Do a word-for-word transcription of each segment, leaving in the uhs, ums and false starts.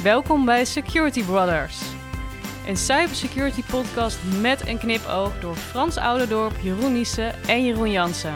Welkom bij Security Brothers. Een cybersecurity podcast met een knipoog door Frans Ouderdorp, Jeroen Niesen en Jeroen Jansen.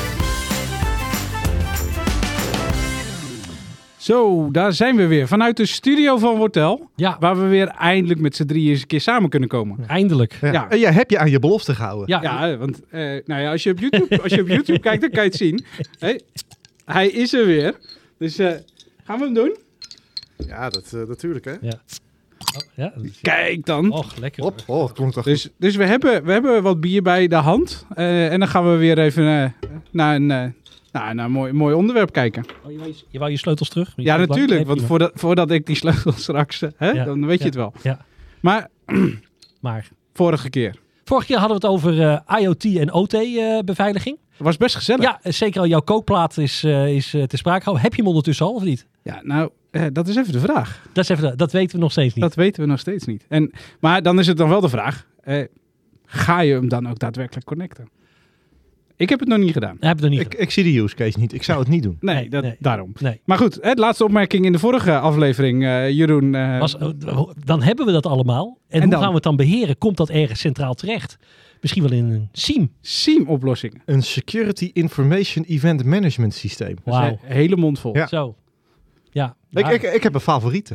Zo, daar zijn we weer. Vanuit de studio van Wortel. Ja. Waar we weer eindelijk met z'n drieën eens een keer samen kunnen komen. Eindelijk. Ja. Ja. En jij heb je aan je belofte gehouden. Ja, Ja, want eh, nou ja, als je op YouTube, als je op YouTube kijkt, dan kan je het zien. Hey, hij is er weer. Dus eh, gaan we hem doen? Ja, dat uh, natuurlijk hè. ja. Oh, ja. Kijk dan. Och, lekker. Hop, oh, het klonk toch Dus, dus we, hebben, we hebben wat bier bij de hand. Uh, en dan gaan we weer even uh, naar een, uh, nou, naar een mooi, mooi onderwerp kijken. Oh, je, wou je, je wou je sleutels terug? Je Ja, sleutels natuurlijk. lang? Want Nee, voordat, voordat ik die sleutel straks... Uh, hè, Ja. dan weet je Ja. het wel. Ja. Maar Maar vorige keer. vorige keer hadden we het over uh, IoT en O T-beveiliging. Het was best gezellig. ja, uh, zeker al jouw kookplaat is, uh, is uh, te sprake gekomen. Heb je hem ondertussen al of niet? Ja, nou, uh, dat is even de vraag. Dat, is even, dat weten we nog steeds niet. Dat weten we nog steeds niet. En, maar dan is het dan wel de vraag, eh, ga je hem dan ook daadwerkelijk connecten? Ik heb het nog niet gedaan. Dat hebben we nog niet Ik, ik zie de use case niet. Ik zou het niet doen. Nee, Nee, dat, nee. daarom. gedaan. Nee. Maar goed, hè, de laatste opmerking in de vorige aflevering, uh, Jeroen. Uh, Was, uh, dan hebben we dat allemaal. En, En hoe dan? gaan we het dan beheren? Komt dat ergens centraal terecht? Misschien wel in een S I E M. S I E M-oplossingen. Een Security Information Event Management systeem. Wauw. Dus, uh, hele mond vol. Ja. Zo. Ja. Ik, Maar- ik, ik heb een favoriete.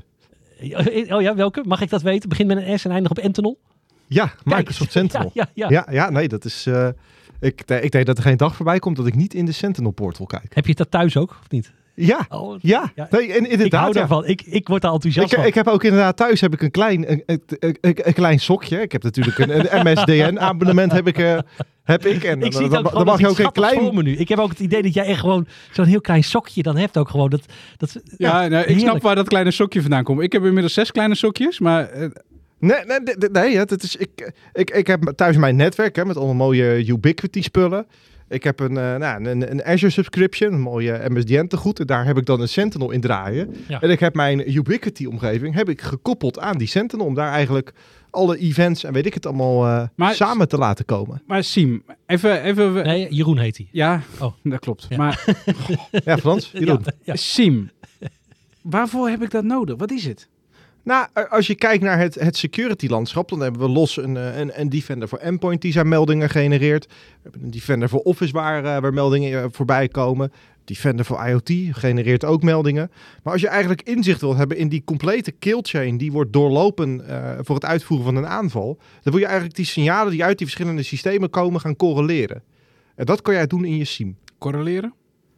Oh ja, welke? Mag ik dat weten? Begint met een S en eindigt op Entenol? Ja, Microsoft Kijk. Sentinel. Ja, ja, ja. Ja, ja, nee, dat is... Uh, ik, ik denk dat er geen dag voorbij komt dat ik niet in de Sentinel portal kijk. Heb je dat thuis ook, of niet? Ja, Oh, ja. Ja, Nee, en inderdaad, ik hou ja. daarvan. Ik, ik word daar enthousiast Ik, van. ik heb ook inderdaad thuis heb ik een klein, een, een, een, een klein sokje. Ik heb natuurlijk een, een M S D N-abonnement heb ik, uh, heb ik. En ik zie dan, het ook dan, gewoon dan mag je als ook iets een schattigs klein... voor me nu. Ik heb ook het idee dat jij echt gewoon zo'n heel klein sokje dan hebt ook gewoon. Dat, dat, Ja, nou, ik heerlijk. snap waar dat kleine sokje vandaan komt. Ik heb inmiddels zes kleine sokjes, maar uh, Nee, nee, nee, nee het, het is, ik, ik, ik heb thuis mijn netwerk hè, met allemaal mooie Ubiquity spullen. Ik heb een, uh, nou, een, een Azure subscription, een mooie M S D N tegoed. En daar heb ik dan een Sentinel in draaien. Ja. En ik heb mijn Ubiquity omgeving heb ik gekoppeld aan die Sentinel. Om daar eigenlijk alle events en weet ik het allemaal uh, Maar- samen te laten komen. maar S I E M, even... even Nee, Jeroen heet hij. Ja, Oh. dat klopt. Ja. Maar Ja, Frans? Jeroen. Ja, ja. S I E M, waarvoor heb ik dat nodig? Wat is het? Nou, als je kijkt naar het, het security landschap, dan hebben we los een, een, een Defender voor Endpoint die zijn meldingen genereert. We hebben een Defender voor Office waar, uh, waar meldingen uh, voorbij komen. Defender voor IoT genereert ook meldingen. Maar als je eigenlijk inzicht wilt hebben in die complete killchain die wordt doorlopen uh, voor het uitvoeren van een aanval, dan wil je eigenlijk die signalen die uit die verschillende systemen komen gaan correleren. En dat kan jij doen in je S I E M. Correleren?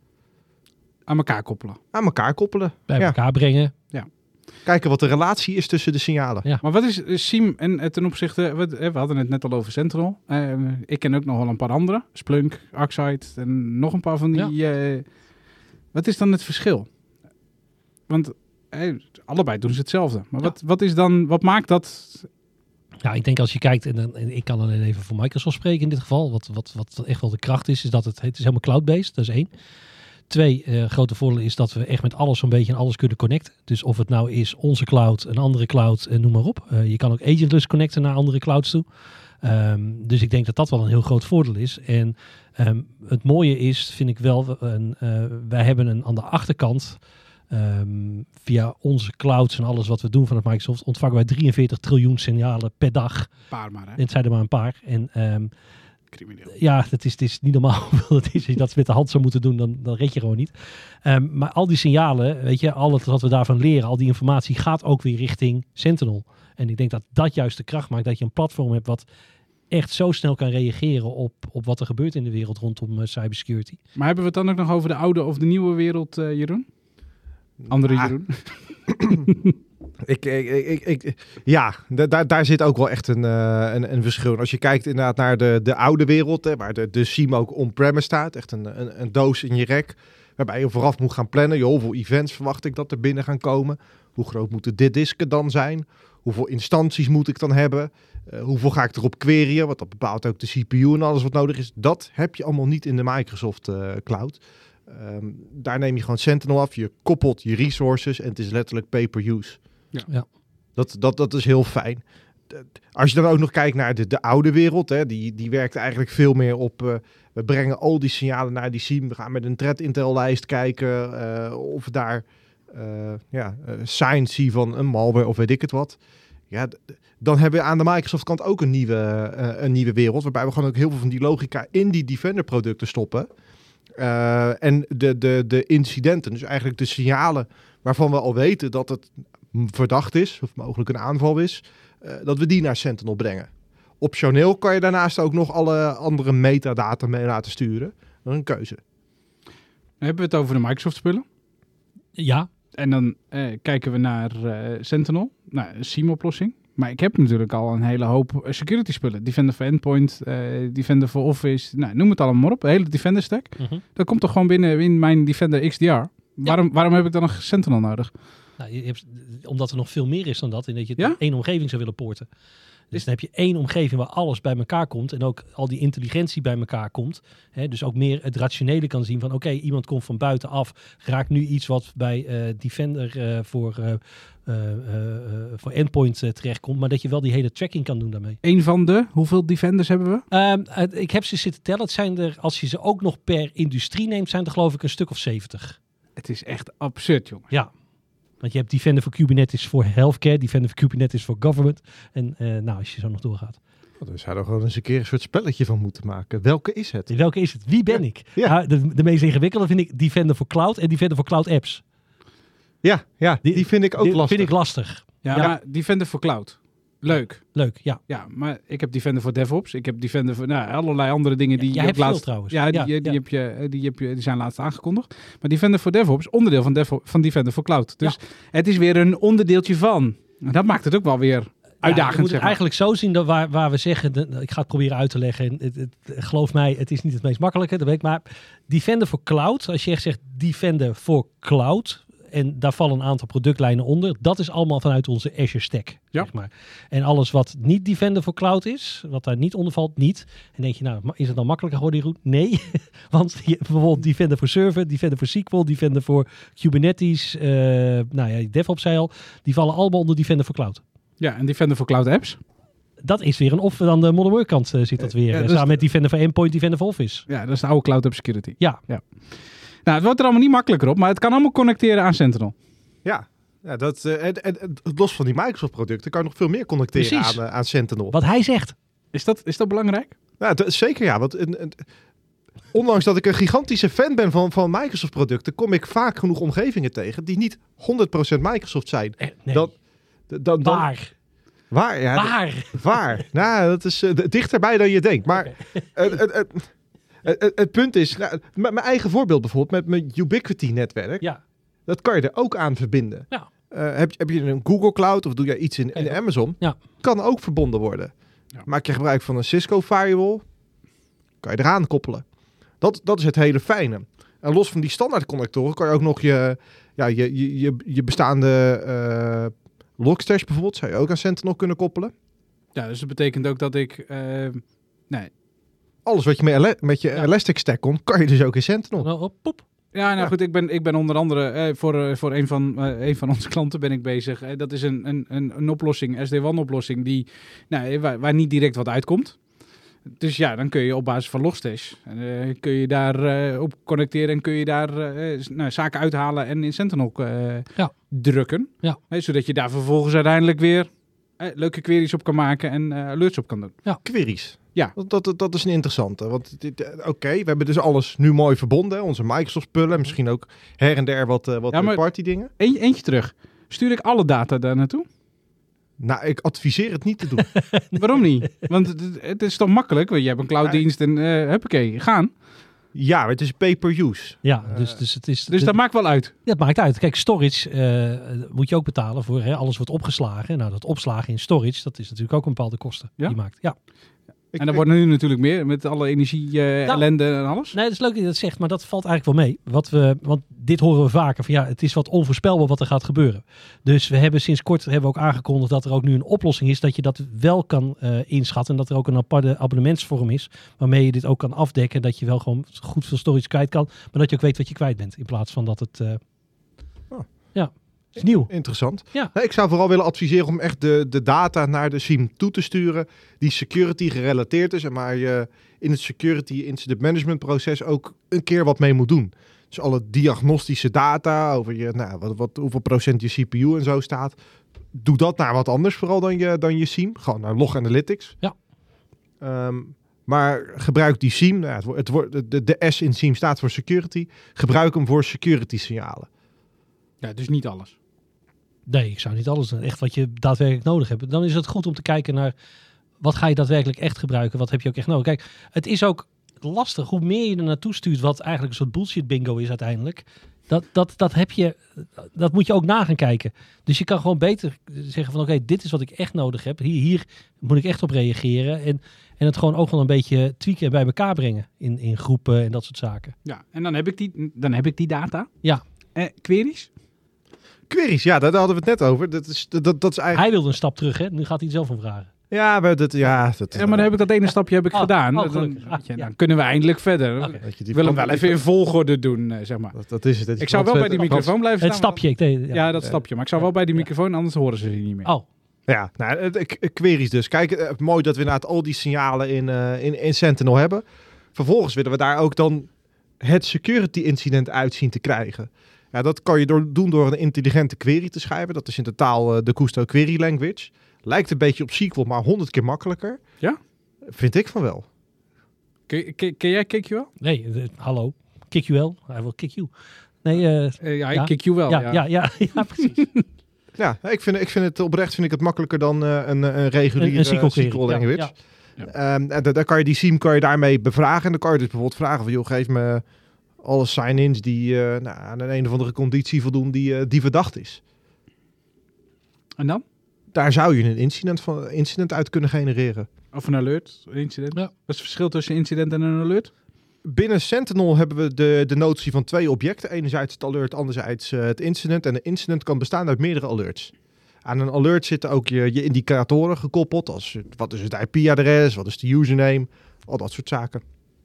Aan elkaar koppelen. Aan elkaar koppelen. Bij Ja. elkaar brengen. Kijken wat de relatie is tussen de signalen. Ja. Maar wat is uh, S I E M en uh, ten opzichte... Wat, uh, we hadden het net al over Sentinel. Uh, ik ken ook nog wel een paar andere. Splunk, Arcsite en nog een paar van die... Uh, wat is dan het verschil? Want uh, allebei doen ze hetzelfde. Maar Ja. wat, wat is dan... Wat maakt dat... Ja, ik denk als je kijkt, en, dan- en ik kan alleen even voor Microsoft spreken in dit geval. Wat, wat, wat echt wel de kracht is, is dat het, het is helemaal cloud-based. Dat is één. Twee, uh, grote voordeel is dat we echt met alles zo'n beetje en alles kunnen connecten. Dus of het nou is onze cloud, een andere cloud, en noem maar op. Uh, je kan ook agentless connecten naar andere clouds toe. Um, dus ik denk dat dat wel een heel groot voordeel is. En um, het mooie is, vind ik wel, een, uh, wij hebben een aan de achterkant, um, via onze clouds en alles wat we doen vanuit Microsoft, ontvangen wij drieënveertig triljoen signalen per dag. Paar maar, hè? En het zijn er maar een paar. En um, Crimineel. ja, het is, het is niet normaal hoeveel het is. Als je dat met de hand zou moeten doen, dan, dan red je gewoon niet. Um, maar al die signalen, weet je, al het wat we daarvan leren, al die informatie gaat ook weer richting Sentinel. En ik denk dat dat juist de kracht maakt, dat je een platform hebt wat echt zo snel kan reageren op, op wat er gebeurt in de wereld rondom uh, cybersecurity. Maar hebben we het dan ook nog over de oude of de nieuwe wereld, uh, Jeroen? Andere Ah, Jeroen? Ik, ik, ik, ik, ja, da- daar, daar zit ook wel echt een, uh, een, een verschil. En als je kijkt inderdaad naar de, de oude wereld, hè, waar de, de S I E M ook on-premise staat, echt een, een, een doos in je rek, waarbij je vooraf moet gaan plannen. Joh, hoeveel events verwacht ik dat er binnen gaan komen? Hoe groot moeten dit disken dan zijn? Hoeveel instanties moet ik dan hebben? Uh, hoeveel ga ik erop queryen? Want dat bepaalt ook de C P U en alles wat nodig is. Dat heb je allemaal niet in de Microsoft uh, Cloud. Um, daar neem je gewoon Sentinel af. Je koppelt je resources en het is letterlijk pay-per-use. Ja. Ja. Dat, dat, dat is heel fijn. Als je dan ook nog kijkt naar de, de oude wereld, hè, die, die werkt eigenlijk veel meer op... Uh, we brengen al die signalen naar die S I E M. We gaan met een threat intel lijst kijken uh, of daar uh, ja, uh, signs zie van een malware of weet ik het wat. Ja, d- dan hebben we aan de Microsoft kant ook een nieuwe, uh, een nieuwe wereld. Waarbij we gewoon ook heel veel van die logica in die Defender producten stoppen. Uh, en de, de, de incidenten, dus eigenlijk de signalen waarvan we al weten dat het verdacht is, of mogelijk een aanval is, uh, dat we die naar Sentinel brengen. Optioneel kan je daarnaast ook nog alle andere metadata mee laten sturen. Dat is een keuze. Dan hebben we het over de Microsoft spullen. Ja. En dan uh, kijken we naar uh, Sentinel, nou, een S I E M-oplossing. Maar ik heb natuurlijk al een hele hoop security spullen. Defender voor Endpoint, uh, Defender voor Office, nou, noem het allemaal maar op. De hele Defender stack. Uh-huh. Dat komt toch gewoon binnen in mijn Defender X D R. Ja. Waarom, waarom heb ik dan nog Sentinel nodig? Nou, je hebt, omdat er nog veel meer is dan dat. En dat je het ja? in één omgeving zou willen poorten. Dus dan heb je één omgeving waar alles bij elkaar komt. En ook al die intelligentie bij elkaar komt. Hè, dus ook meer het rationele kan zien van... Oké, okay, iemand komt van buitenaf. Raakt nu iets wat bij uh, Defender uh, voor, uh, uh, uh, voor Endpoint uh, terechtkomt. Maar dat je wel die hele tracking kan doen daarmee. Eén van de... Hoeveel Defenders hebben we? Um, uh, ik heb ze zitten tellen. Het zijn er, als je ze ook nog per industrie neemt... zijn er geloof ik een stuk of zeventig. Het is echt absurd, jongens. Ja. Want je hebt Defender voor Kubernetes voor healthcare, Defender voor Kubernetes voor government. En uh, nou, als je zo nog doorgaat. Oh, we zouden gewoon eens een keer een soort spelletje van moeten maken. Welke is het? Welke is het? Wie ben ja. ik? Ja. Nou, de, de meest ingewikkelde vind ik Defender voor Cloud en Defender voor Cloud Apps. Ja, ja die, die vind ik ook die lastig. vind ik lastig. Ja, ja. Maar Defender voor Cloud. Leuk. Leuk, ja. Ja, maar ik heb Defender voor DevOps. Ik heb Defender voor nou, allerlei andere dingen die... Ja, jij je hebt veel laatst, trouwens. Ja, die, ja, die, ja. Heb je, die, heb je, die zijn laatst aangekondigd. Maar Defender voor DevOps, onderdeel van, Devo, van Defender voor Cloud. Dus ja. Het is weer een onderdeeltje van. Dat maakt het ook wel weer uitdagend. Ja, je moet het zeg maar. eigenlijk zo zien dat waar, waar we zeggen... De, ik ga het proberen uit te leggen. En het, het, geloof mij, het is niet het meest makkelijke. Dat weet ik, maar Defender voor Cloud. Als je echt zegt Defender voor Cloud... En daar vallen een aantal productlijnen onder. Dat is allemaal vanuit onze Azure Stack. Ja. Zeg maar. En alles wat niet Defender voor Cloud is, wat daar niet onder valt, niet. En denk je, nou, is het dan makkelijker geworden, die route? Nee. Want je hebt bijvoorbeeld Defender voor Server, Defender voor S Q L, Defender voor Kubernetes, uh, nou ja, DevOps zei al. Die vallen allemaal onder Defender voor Cloud. Ja, en Defender voor Cloud Apps? Dat is weer een of dan de modern work kant uh, zit dat weer. Ja, uh, samen met Defender voor Endpoint, Defender voor Office. Ja, dat is de oude Cloud App Security. Ja. ja. Nou, het wordt er allemaal niet makkelijker op, maar het kan allemaal connecteren aan Sentinel. Ja, ja dat, uh, en, en, en los van die Microsoft-producten kan je nog veel meer connecteren aan, uh, aan Sentinel. Wat hij zegt. Is dat, is dat belangrijk? Ja, d- zeker ja. Want een, een, ondanks dat ik een gigantische fan ben van, van Microsoft-producten, kom ik vaak genoeg omgevingen tegen die niet honderd procent Microsoft zijn. Eh, nee. Dan, dan, dan, waar? Waar? Ja, waar? D- waar? Nou, dat is uh, d- dichterbij dan je denkt. Maar okay. uh, uh, uh, uh, uh, het punt is, nou, m- mijn eigen voorbeeld bijvoorbeeld met mijn Ubiquity-netwerk. Ja. Dat kan je er ook aan verbinden. Ja. Uh, heb, heb je een Google Cloud of doe je iets in, in ja. Amazon? Ja. Kan ook verbonden worden. Ja. Maak je gebruik van een Cisco firewall, kan je eraan koppelen. Dat, dat is het hele fijne. En los van die standaard connectoren kan je ook nog je, ja, je, je, je, je bestaande uh, Logstash bijvoorbeeld, zou je ook aan Sentinel kunnen koppelen. Ja, dus dat betekent ook dat ik... Uh, nee. Alles wat je met, ele- met je ja. Elastic Stack kon, kan je dus ook in Sentinel. Nou, oh, poep. Ja, nou ja. goed, ik ben, ik ben onder andere eh, voor, uh, voor een, van, uh, een van onze klanten ben ik bezig. Uh, dat is een, een, een, een oplossing, S D wan oplossing, die, nou, waar, waar niet direct wat uitkomt. Dus ja, dan kun je op basis van Logstash, uh, kun je daar uh, op connecteren en kun je daar uh, nou, zaken uithalen en in Sentinel uh, ja. drukken. Ja. Uh, zodat je daar vervolgens uiteindelijk weer uh, leuke queries op kan maken en uh, alerts op kan doen. Ja. Queries. Ja. Dat, dat, dat is een interessante. Want oké, okay, we hebben dus alles nu mooi verbonden. Onze Microsoft-spullen, misschien ook her en der wat, uh, wat ja, party dingen. Eentje, eentje terug. Stuur ik alle data daar naartoe? Nou, ik adviseer het niet te doen. Nee. Waarom niet? Want het, het is toch makkelijk? Want je hebt een clouddienst en uh, huppakee, gaan. Ja, het is pay-per-use. Ja, dus, dus het is... Dus de, dat maakt wel uit. Ja, dat maakt uit. Kijk, storage uh, moet je ook betalen voor. Hè, alles wordt opgeslagen. Nou, dat opslagen in storage, dat is natuurlijk ook een bepaalde kosten ja? die je maakt. Ja. Ik, en dat ik, wordt nu natuurlijk meer met alle energie uh, nou, ellende en alles. Nee, dat is leuk dat je dat zegt, maar dat valt eigenlijk wel mee. Wat we, want dit horen we vaker van ja, het is wat onvoorspelbaar wat er gaat gebeuren. Dus we hebben sinds kort hebben we ook aangekondigd dat er ook nu een oplossing is dat je dat wel kan uh, inschatten. En dat er ook een aparte abonnementsvorm is waarmee je dit ook kan afdekken. Dat je wel gewoon goed veel storage kwijt kan, maar dat je ook weet wat je kwijt bent. In plaats van dat het... Uh, oh. Ja. Is nieuw. Interessant. Ja. Nee, ik zou vooral willen adviseren om echt de, de data naar de S I E M toe te sturen die security gerelateerd is en waar je in het security incident management proces ook een keer wat mee moet doen. Dus alle diagnostische data over je, nou, wat, wat, hoeveel procent je C P U en zo staat. Doe dat naar wat anders vooral dan je, dan je S I E M. Gewoon naar log analytics. Ja. Um, maar gebruik die S I E M. Nou, het, het, het, de, de S in S I E M staat voor security. Gebruik hem voor security signalen. Ja, dus niet alles. Nee, ik zou niet alles doen. Echt wat je daadwerkelijk nodig hebt. Dan is het goed om te kijken naar wat ga je daadwerkelijk echt gebruiken. Wat heb je ook echt nodig. Kijk, het is ook lastig. Hoe meer je er naartoe stuurt, wat eigenlijk een soort bullshit bingo is uiteindelijk. Dat, dat, dat, heb je, dat moet je ook na gaan kijken. Dus je kan gewoon beter zeggen van oké, okay, dit is wat ik echt nodig heb. Hier, hier moet ik echt op reageren. En, en het gewoon ook wel een beetje tweaken en bij elkaar brengen. In, in groepen en dat soort zaken. Ja, en dan heb ik die, dan heb ik die data. Ja. Eh, queries? Queries, ja, daar hadden we het net over. Dat is, dat, dat is eigenlijk... Hij wilde een stap terug, hè? Nu gaat hij het zelf om vragen. Ja, maar dat, ja, dat, ja, maar dan heb ik dat ene stapje heb ik oh, gedaan. Oh, dan, gelukkig. Ah, ja, ja. dan kunnen we eindelijk verder. Okay. Ik wil hem wel even in volgorde doen, uh, zeg maar. Dat, dat is het. Dat is ik zou wel bij die microfoon blijven staan. Het stapje. Ik deed, ja. ja. ja, dat stapje. Maar ik zou wel bij die microfoon, anders horen ze die niet meer. Oh. Ja, nou, het, het, queries dus. Kijk, uh, mooi dat we inderdaad al die signalen in, uh, in, in Sentinel hebben. Vervolgens willen we daar ook dan het security incident uit zien te krijgen. Ja, dat kan je door, doen door een intelligente query te schrijven. Dat is in de taal uh, de Kusto Query Language. Lijkt een beetje op S Q L, maar honderd keer makkelijker. Ja? Vind ik van wel. Ken, ken, ken jij K Q L? Nee, de, hallo. Kick you wel. Hij wil kick you. Nee, uh, uh, ja, ja? ik K Q wel. Ja, ja, ja, ja, ja, ja precies. Ja, ik vind, ik vind het oprecht vind ik het makkelijker dan uh, een, een reguliere een, een S Q L language. Ja, ja. Um, en dan kan je die S I E M kan je daarmee bevragen. En dan kan je dus bijvoorbeeld vragen van, joh, geef me alle sign-ins die uh, nou, aan een, een of andere conditie voldoen die, uh, die verdacht is. En dan? Daar zou je een incident, van, incident uit kunnen genereren. Of een alert, een incident. Ja. Wat is het verschil tussen een incident en een alert? Binnen Sentinel hebben we de, de notie van twee objecten. Enerzijds het alert, anderzijds uh, het incident. En een incident kan bestaan uit meerdere alerts. Aan een alert zitten ook je, je indicatoren gekoppeld. Als wat is het I P-adres, wat is de username, al dat soort zaken.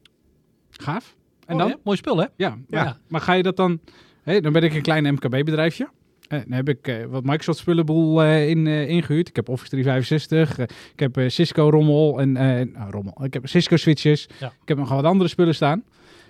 Gaaf. En oh, dan? Ja? Mooi spul, hè? Ja, maar, ja. maar ga je dat dan... Hey, dan ben ik een klein M K B-bedrijfje. Uh, dan heb ik uh, wat Microsoft spullenboel uh, in, uh, ingehuurd. Ik heb Office driehonderdvijfenzestig. Uh, ik heb uh, Cisco rommel en uh, nou, rommel. Ik heb Cisco switches. Ja. Ik heb nog wat andere spullen staan.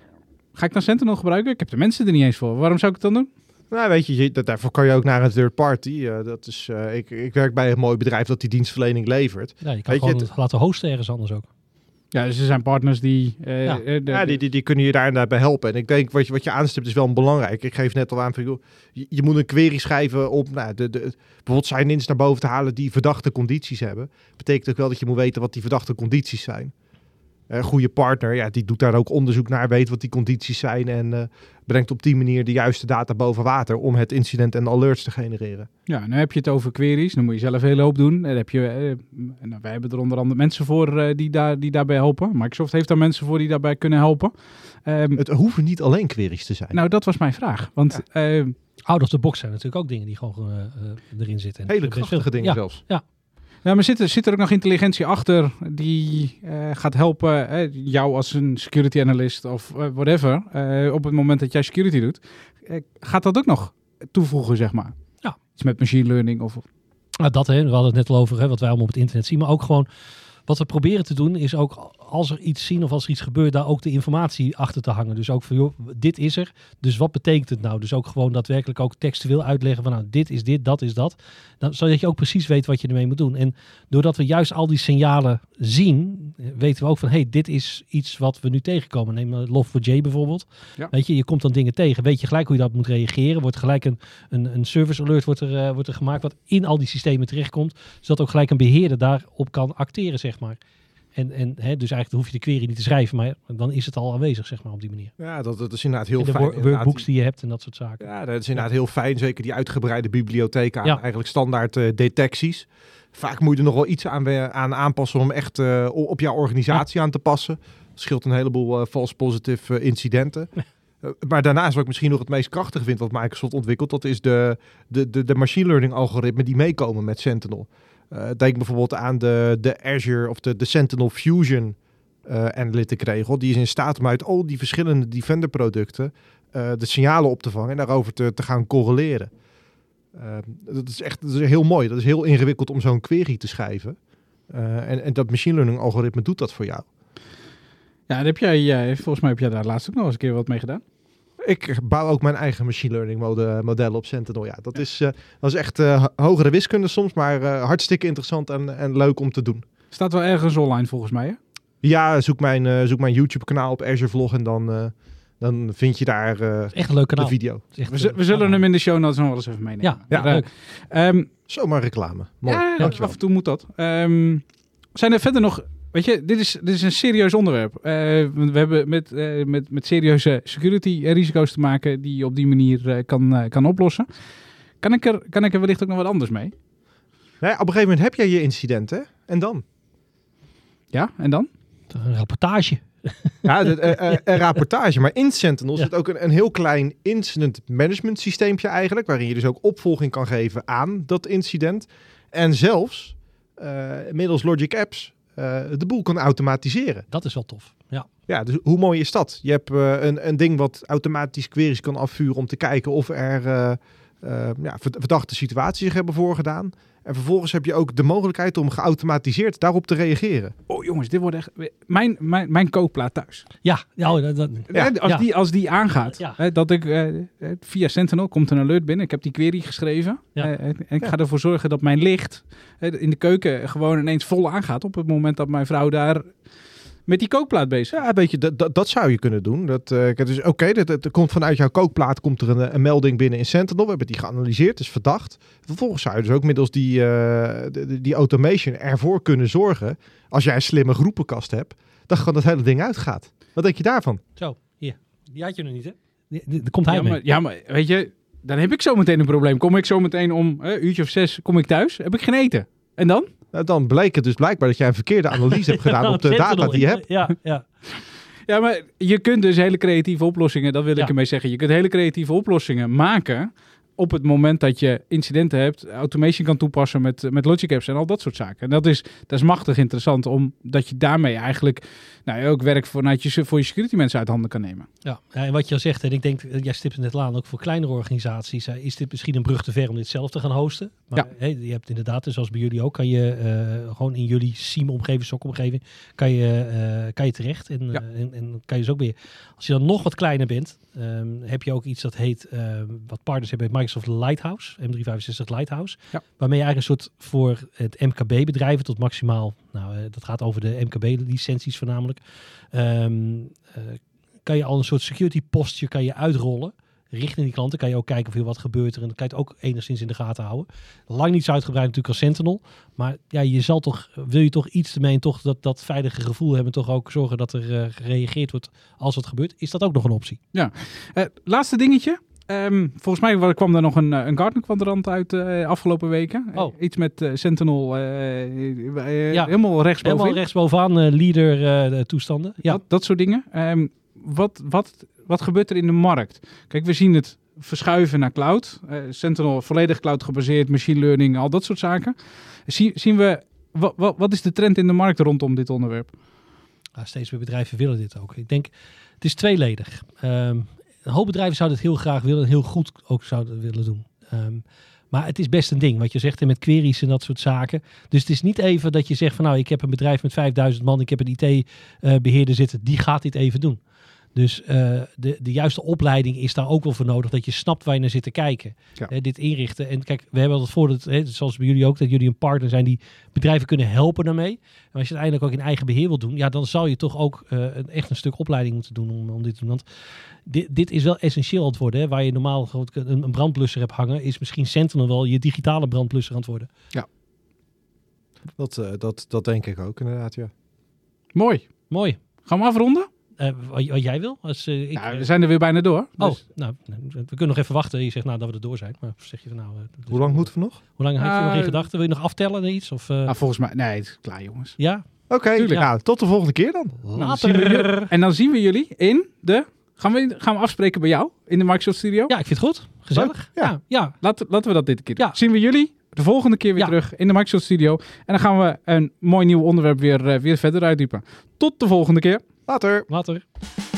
Ga ik dan Sentinel gebruiken? Ik heb de mensen er niet eens voor. Waarom zou ik het dan doen? Nou, weet je, je dat, daarvoor kan je ook naar een third party. Uh, dat is, uh, ik, ik werk bij een mooi bedrijf dat die dienstverlening levert. Ja, je kan weet gewoon je, het laten hosten ergens anders ook. Ja, dus er zijn partners die... Uh, ja, de, ja die, die, die kunnen je daar bij helpen. En ik denk, wat je, wat je aanstipt is wel belangrijk. Ik geef net al aan, van, joh, je, je moet een query schrijven op... Nou, de, de, bijvoorbeeld sign-ins naar boven te halen die verdachte condities hebben. Betekent ook wel dat je moet weten wat die verdachte condities zijn. Een goede partner, ja, die doet daar ook onderzoek naar, weet wat die condities zijn en uh, brengt op die manier de juiste data boven water om het incident en de alerts te genereren. Ja, nu heb je het over queries, dan moet je zelf een hele hoop doen. Dan heb je, uh, nou, wij hebben er onder andere mensen voor uh, die, daar, die daarbij helpen. Microsoft heeft daar mensen voor die daarbij kunnen helpen. Um, het hoeven niet alleen queries te zijn. Nou, dat was mijn vraag. Want ja. uh, out of the box zijn natuurlijk ook dingen die gewoon uh, uh, erin zitten. Hele krachtige dingen ja. zelfs. Ja. Ja, maar zit er, zit er ook nog intelligentie achter die uh, gaat helpen uh, jou als een security analyst of uh, whatever, uh, op het moment dat jij security doet, uh, gaat dat ook nog toevoegen, zeg maar? Ja. Iets met machine learning of... Nou, dat, hè, we hadden het net al over, hè, wat wij allemaal op het internet zien, maar ook gewoon wat we proberen te doen is ook als er iets zien of als er iets gebeurt, daar ook de informatie achter te hangen. Dus ook van, joh, dit is er, dus wat betekent het nou? Dus ook gewoon daadwerkelijk ook textueel uitleggen van, nou, dit is dit, dat is dat. Dan, zodat je ook precies weet wat je ermee moet doen. En doordat we juist al die signalen zien, weten we ook van, hé, hey, dit is iets wat we nu tegenkomen. Neem Log four j bijvoorbeeld. Ja. Weet je, je komt dan dingen tegen, weet je gelijk hoe je dat moet reageren. Wordt gelijk een, een, een service alert wordt er, uh, wordt er gemaakt, wat in al die systemen terechtkomt. Zodat ook gelijk een beheerder daarop kan acteren, zeg maar. En, en hè, dus eigenlijk hoef je de query niet te schrijven, maar dan is het al aanwezig, zeg maar, op die manier. Ja, dat, dat is inderdaad heel en de fijn. De workbooks die je hebt en dat soort zaken. Ja, dat is inderdaad heel fijn. Zeker die uitgebreide bibliotheek aan ja. eigenlijk standaard uh, detecties. Vaak moet je er nog wel iets aan, aan aanpassen om echt uh, op jouw organisatie ja. aan te passen. Dat scheelt een heleboel uh, false positive uh, incidenten. uh, maar daarnaast wat ik misschien nog het meest krachtig vind wat Microsoft ontwikkelt, dat is de, de, de, de machine learning algoritmen die meekomen met Sentinel. Uh, denk bijvoorbeeld aan de, de Azure of de, de Sentinel Fusion uh, Analytic regel. Die is in staat om uit al die verschillende Defender producten uh, de signalen op te vangen en daarover te, te gaan correleren. Uh, dat is echt dat is heel mooi. Dat is heel ingewikkeld om zo'n query te schrijven. Uh, en, en dat machine learning algoritme doet dat voor jou. Ja, en heb jij, uh, volgens mij heb jij daar laatst ook nog eens een keer wat mee gedaan. Ik bouw ook mijn eigen machine learning mode, modellen op Sentinel. Ja, dat, ja. Is, uh, dat is echt uh, hogere wiskunde soms, maar uh, hartstikke interessant en, en leuk om te doen. Staat wel ergens online volgens mij, hè? Ja, zoek mijn, uh, zoek mijn YouTube kanaal op Azure Vlog en dan, uh, dan vind je daar uh, echt een leuk kanaal. de video. Echt, we, z- we zullen uh, hem in de show notes nog wel eens even meenemen. Ja, ja maar, leuk. Uh, um, Zomaar reclame. Mooi, ja, dankjewel. Af en toe moet dat. Um, zijn er verder nog... Weet je, dit is, dit is een serieus onderwerp. Uh, we hebben met, uh, met, met serieuze security risico's te maken die je op die manier uh, kan, uh, kan oplossen. Kan ik, er, kan ik er wellicht ook nog wat anders mee? Nee, op een gegeven moment heb jij je incident, hè? En dan? Ja, en dan? Een rapportage. Ja, de, uh, uh, een rapportage. Maar in Sentinel ja. zit ook een, een heel klein incident management systeempje eigenlijk, waarin je dus ook opvolging kan geven aan dat incident. En zelfs, uh, middels Logic Apps, Uh, de boel kan automatiseren. Dat is wel tof, ja. Ja, dus hoe mooi is dat? Je hebt uh, een, een ding wat automatisch queries kan afvuren om te kijken of er uh, uh, ja, verdachte situaties zich hebben voorgedaan. En vervolgens heb je ook de mogelijkheid om geautomatiseerd daarop te reageren. Oh jongens, dit wordt echt... Mijn, mijn, mijn kookplaat thuis. Ja, ja, dat, dat, ja. Als, ja. Die, als die aangaat, ja. hè, dat ik uh, via Sentinel komt een alert binnen. Ik heb die query geschreven. Ja. Uh, en ik ja. ga ervoor zorgen dat mijn licht uh, in de keuken gewoon ineens vol aangaat op het moment dat mijn vrouw daar met die kookplaat bezig is. Ja, weet je, dat, dat, dat zou je kunnen doen. Dat, uh, dus, Oké, okay, dat, dat komt vanuit jouw kookplaat komt er een, een melding binnen in Sentinel. We hebben die geanalyseerd, is verdacht. Vervolgens zou je dus ook middels die, uh, die, die automation ervoor kunnen zorgen, als jij een slimme groepenkast hebt, dat gewoon dat hele ding uitgaat. Wat denk je daarvan? Zo, hier. Die had je nog niet, hè? Daar komt hij ja, mee. Maar, ja, maar weet je, dan heb ik zo meteen een probleem. Kom ik zo meteen om een uh, uurtje of zes, kom ik thuis, heb ik geen eten. En dan? Nou, dan bleek het dus blijkbaar dat jij een verkeerde analyse hebt gedaan op de data die je hebt. Ja, ja. Ja, maar je kunt dus hele creatieve oplossingen, dat wil ja. ik ermee zeggen. Je kunt hele creatieve oplossingen maken op het moment dat je incidenten hebt, automation kan toepassen met, met Logic Apps en al dat soort zaken. En dat is, dat is machtig interessant, omdat je daarmee eigenlijk nou, ook werk vanuit je, voor je security mensen uit handen kan nemen. Ja, en wat je al zegt, en ik denk, jij stipt het net aan, ook voor kleinere organisaties, is dit misschien een brug te ver om dit zelf te gaan hosten. Maar ja. hey, je hebt inderdaad, zoals bij jullie ook, kan je uh, gewoon in jullie S I E M-omgeving, S O C-omgeving, kan je, uh, kan je terecht. En, ja. uh, en, en kan je dus ook weer, als je dan nog wat kleiner bent, um, heb je ook iets dat heet, uh, wat partners hebben, met Microsoft Lighthouse, M driehonderdvijfenzestig Lighthouse, ja. waarmee je eigenlijk een soort voor het M K B-bedrijven tot maximaal, nou, uh, dat gaat over de M K B-licenties voornamelijk, um, uh, kan je al een soort security posture kan je uitrollen. Richting die klanten kan je ook kijken of er wat gebeurt er. En dan kan je het ook enigszins in de gaten houden. Lang niet zo uitgebreid natuurlijk als Sentinel. Maar ja, je zal toch, wil je toch iets ermee en toch dat, dat veilige gevoel hebben. Toch ook zorgen dat er uh, gereageerd wordt als wat gebeurt. Is dat ook nog een optie? Ja. Uh, laatste dingetje. Um, volgens mij kwam er nog een, een Gartner-kwadrant uit uh, afgelopen weken. Oh. Uh, iets met uh, Sentinel uh, uh, ja. helemaal rechtsboven. Helemaal rechtsbovenaan uh, leader uh, toestanden. Ja. Dat, dat soort dingen. Um, wat, wat, wat gebeurt er in de markt? Kijk, we zien het verschuiven naar cloud. Uh, Sentinel volledig cloud gebaseerd, machine learning, al dat soort zaken. Zie, zien we, wat, wat, wat is de trend in de markt rondom dit onderwerp? Ja, steeds meer bedrijven willen dit ook. Ik denk, het is tweeledig. Um, Een hoop bedrijven zouden het heel graag willen en heel goed ook zouden willen doen. Um, maar het is best een ding, wat je zegt, en met queries en dat soort zaken. Dus het is niet even dat je zegt van nou, ik heb een bedrijf met vijfduizend man, ik heb een I T-beheerder zitten, die gaat dit even doen. Dus uh, de, de juiste opleiding is daar ook wel voor nodig, dat je snapt waar je naar zit te kijken. Ja. Hè, dit inrichten. En kijk, we hebben al het voordeel, hè, zoals bij jullie ook, dat jullie een partner zijn die bedrijven kunnen helpen daarmee. En als je het uiteindelijk ook in eigen beheer wil doen, ja, dan zal je toch ook uh, een, echt een stuk opleiding moeten doen om, om dit te doen. Want dit, dit is wel essentieel aan het worden. Hè. Waar je normaal een, een brandblusser hebt hangen, is misschien Sentinel wel je digitale brandblusser aan het worden. Ja, dat, uh, dat, dat denk ik ook inderdaad, ja. Mooi. Mooi. Gaan we afronden? Uh, wat, wat jij wil? Als, uh, ik, ja, we zijn er weer bijna door. Oh, dus. nou, we kunnen nog even wachten. Je zegt nou dat we er door zijn. Maar zeg je van nou... Uh, dus hoe lang moeten we nog? Hoe lang uh, heb je nog in gedachten? Wil je nog aftellen iets? Of, uh... nou, volgens mij... Nee, het is klaar, jongens. Ja? Oké, okay, ja. nou, tot de volgende keer dan. Later. Nou, dan en dan zien we jullie in de... Gaan we, gaan we afspreken bij jou in de Microsoft Studio? Ja, ik vind het goed. Gezellig. Ja. ja. ja. Laten, laten we dat dit keer doen. Ja. Zien we jullie de volgende keer weer ja. terug in de Microsoft Studio. En dan gaan we een mooi nieuw onderwerp weer, uh, weer verder uitdiepen. Tot de volgende keer. Later. Later.